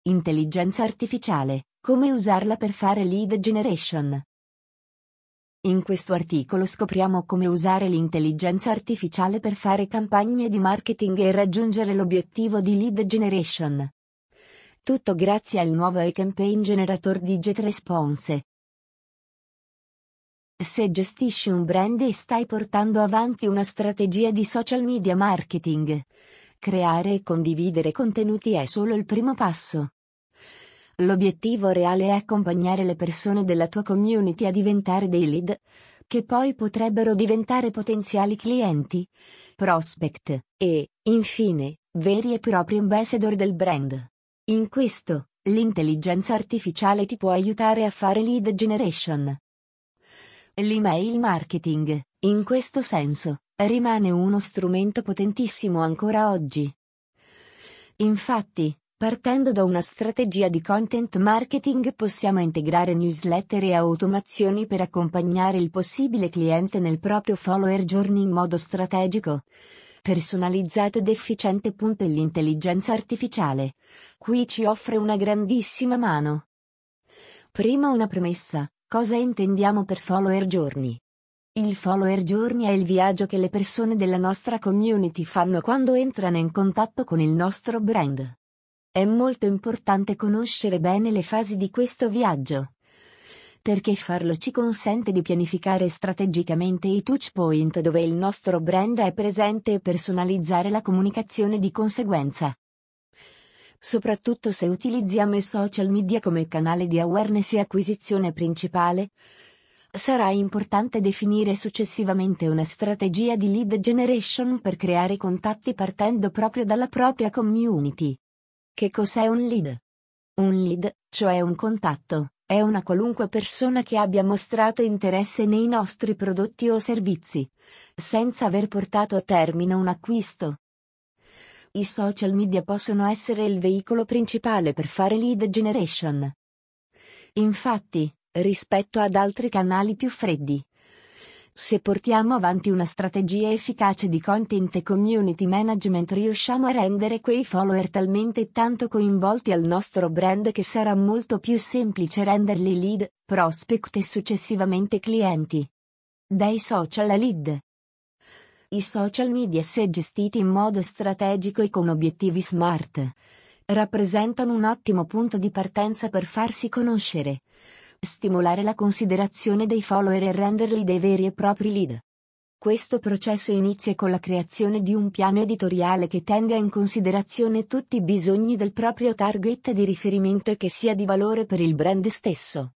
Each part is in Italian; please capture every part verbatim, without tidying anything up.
Intelligenza artificiale, come usarla per fare lead generation. In questo articolo scopriamo come usare l'intelligenza artificiale per fare campagne di marketing e raggiungere l'obiettivo di lead generation. Tutto grazie al nuovo eCampaign Generator di GetResponse. Se gestisci un brand e stai portando avanti una strategia di social media marketing, creare e condividere contenuti è solo il primo passo. L'obiettivo reale è accompagnare le persone della tua community a diventare dei lead, che poi potrebbero diventare potenziali clienti, prospect, e, infine, veri e propri ambassador del brand. In questo, l'intelligenza artificiale ti può aiutare a fare lead generation. L'email marketing, in questo senso, rimane uno strumento potentissimo ancora oggi. Infatti, partendo da una strategia di content marketing possiamo integrare newsletter e automazioni per accompagnare il possibile cliente nel proprio follower journey in modo strategico, personalizzato ed efficiente. L'intelligenza artificiale qui ci offre una grandissima mano. Prima una premessa, cosa intendiamo per follower journey? Il follower journey è il viaggio che le persone della nostra community fanno quando entrano in contatto con il nostro brand. È molto importante conoscere bene le fasi di questo viaggio, perché farlo ci consente di pianificare strategicamente i touch point dove il nostro brand è presente e personalizzare la comunicazione di conseguenza. Soprattutto se utilizziamo i social media come canale di awareness e acquisizione principale, sarà importante definire successivamente una strategia di lead generation per creare contatti partendo proprio dalla propria community. Che cos'è un lead? Un lead, cioè un contatto, è una qualunque persona che abbia mostrato interesse nei nostri prodotti o servizi, senza aver portato a termine un acquisto. I social media possono essere il veicolo principale per fare lead generation. Infatti, rispetto ad altri canali più freddi, se portiamo avanti una strategia efficace di content e community management riusciamo a rendere quei follower talmente tanto coinvolti al nostro brand che sarà molto più semplice renderli lead, prospect e successivamente clienti. Dai social a lead. I social media, se gestiti in modo strategico e con obiettivi smart, rappresentano un ottimo punto di partenza per farsi conoscere, stimolare la considerazione dei follower e renderli dei veri e propri lead. Questo processo inizia con la creazione di un piano editoriale che tenga in considerazione tutti i bisogni del proprio target di riferimento e che sia di valore per il brand stesso.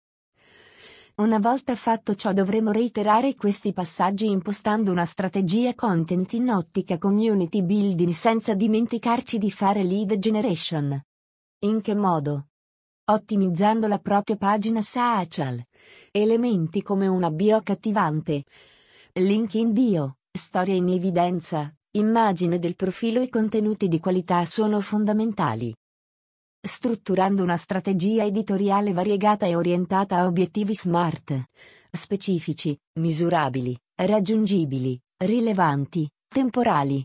Una volta fatto ciò dovremo reiterare questi passaggi impostando una strategia content in ottica community building senza dimenticarci di fare lead generation. In che modo? Ottimizzando la propria pagina social. Elementi come una bio accattivante, link in bio, storia in evidenza, immagine del profilo e contenuti di qualità sono fondamentali. Strutturando una strategia editoriale variegata e orientata a obiettivi smart, specifici, misurabili, raggiungibili, rilevanti, temporali.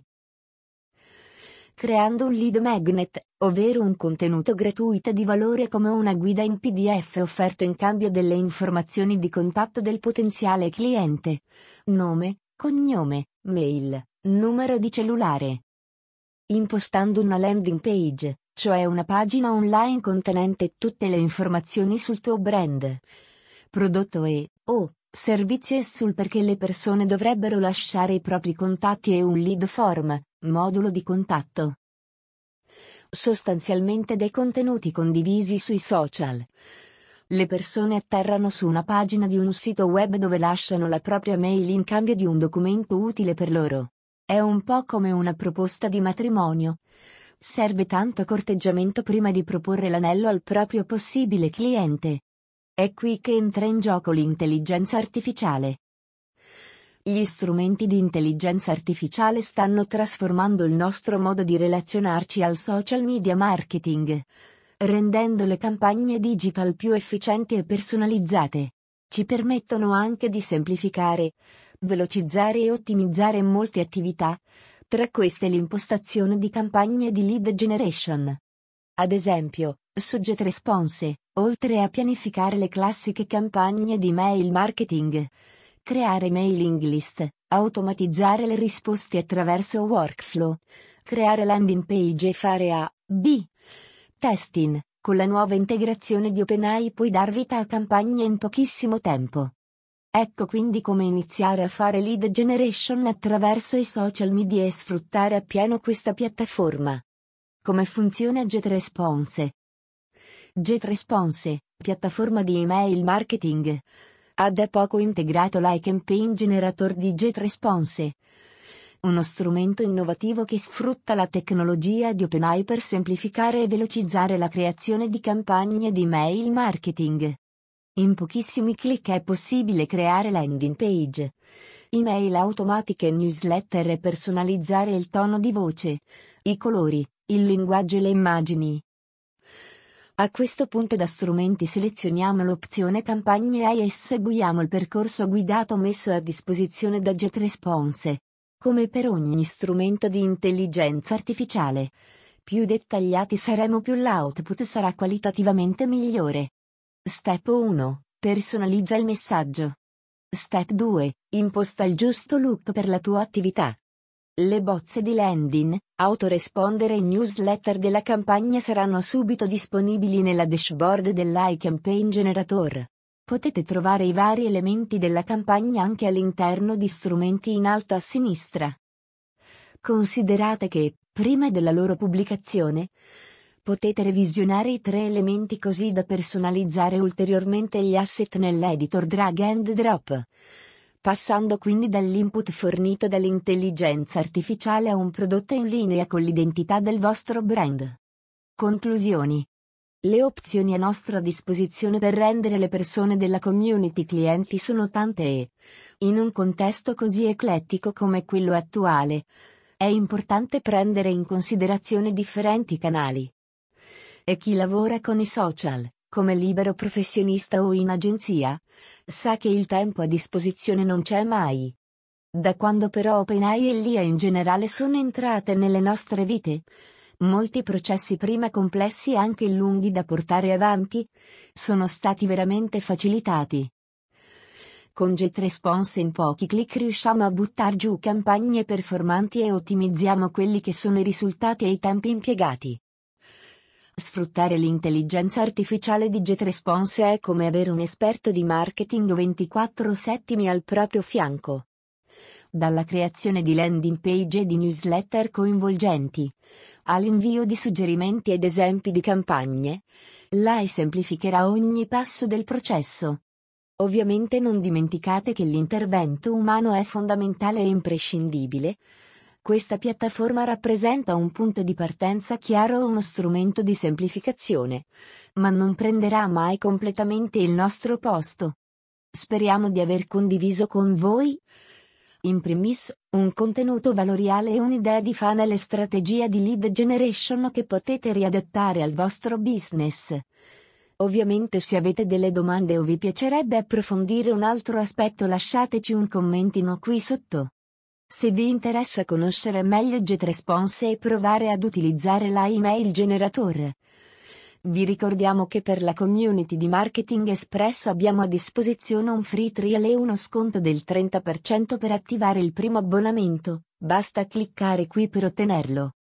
Creando un lead magnet, ovvero un contenuto gratuito di valore come una guida in P D F offerto in cambio delle informazioni di contatto del potenziale cliente. Nome, cognome, mail, numero di cellulare. Impostando una landing page, cioè una pagina online contenente tutte le informazioni sul tuo brand, prodotto e, o, servizio e sul perché le persone dovrebbero lasciare i propri contatti e un lead form, modulo di contatto. Sostanzialmente dei contenuti condivisi sui social. Le persone atterrano su una pagina di un sito web dove lasciano la propria mail in cambio di un documento utile per loro. È un po' come una proposta di matrimonio. Serve tanto corteggiamento prima di proporre l'anello al proprio possibile cliente. È qui che entra in gioco l'intelligenza artificiale. Gli strumenti di intelligenza artificiale stanno trasformando il nostro modo di relazionarci al social media marketing, rendendo le campagne digital più efficienti e personalizzate. Ci permettono anche di semplificare, velocizzare e ottimizzare molte attività, tra queste l'impostazione di campagne di lead generation. Ad esempio, Su GetResponse, oltre a pianificare le classiche campagne di mail marketing, creare mailing list, automatizzare le risposte attraverso workflow, creare landing page e fare A B testing, con la nuova integrazione di OpenAI puoi dar vita a campagne in pochissimo tempo. Ecco quindi come iniziare a fare lead generation attraverso i social media e sfruttare appieno questa piattaforma. Come funziona GetResponse? GetResponse, piattaforma di email marketing, ha da poco integrato l'iCampaign Generator di GetResponse, uno strumento innovativo che sfrutta la tecnologia di OpenAI per semplificare e velocizzare la creazione di campagne di email marketing. In pochissimi clic è possibile creare landing page, email automatiche e newsletter e personalizzare il tono di voce, i colori, il linguaggio e le immagini. A questo punto da strumenti selezioniamo l'opzione Campagne A I e seguiamo il percorso guidato messo a disposizione da GetResponse. Come per ogni strumento di intelligenza artificiale, più dettagliati saremo più l'output sarà qualitativamente migliore. Step uno. Personalizza il messaggio. Step due. Imposta il giusto look per la tua attività. Le bozze di landing, autorespondere e newsletter della campagna saranno subito disponibili nella dashboard dell'iCampaign Generator. Potete trovare i vari elementi della campagna anche all'interno di strumenti in alto a sinistra. Considerate che, prima della loro pubblicazione, potete revisionare i tre elementi così da personalizzare ulteriormente gli asset nell'editor drag and drop, passando quindi dall'input fornito dall'intelligenza artificiale a un prodotto in linea con l'identità del vostro brand. Conclusioni. Le opzioni a nostra disposizione per rendere le persone della community clienti sono tante e, in un contesto così eclettico come quello attuale, è importante prendere in considerazione differenti canali. E chi lavora con i social, come libero professionista o in agenzia, sa che il tempo a disposizione non c'è mai. Da quando però OpenAI e l'I A in generale sono entrate nelle nostre vite, molti processi prima complessi e anche lunghi da portare avanti, sono stati veramente facilitati. Con GetResponse in pochi clic riusciamo a buttar giù campagne performanti e ottimizziamo quelli che sono i risultati e i tempi impiegati. Sfruttare l'intelligenza artificiale di GetResponse è come avere un esperto di marketing ventiquattro sette al proprio fianco. Dalla creazione di landing page e di newsletter coinvolgenti, all'invio di suggerimenti ed esempi di campagne, l'A I semplificherà ogni passo del processo. Ovviamente non dimenticate che l'intervento umano è fondamentale e imprescindibile. Questa piattaforma rappresenta un punto di partenza chiaro e uno strumento di semplificazione, ma non prenderà mai completamente il nostro posto. Speriamo di aver condiviso con voi, in primis, un contenuto valoriale e un'idea di funnel e strategia di lead generation che potete riadattare al vostro business. Ovviamente se avete delle domande o vi piacerebbe approfondire un altro aspetto lasciateci un commentino qui sotto. Se vi interessa conoscere meglio GetResponse e provare ad utilizzare l'email generator, vi ricordiamo che per la community di Marketing Espresso abbiamo a disposizione un free trial e uno sconto del trenta per cento per attivare il primo abbonamento, basta cliccare qui per ottenerlo.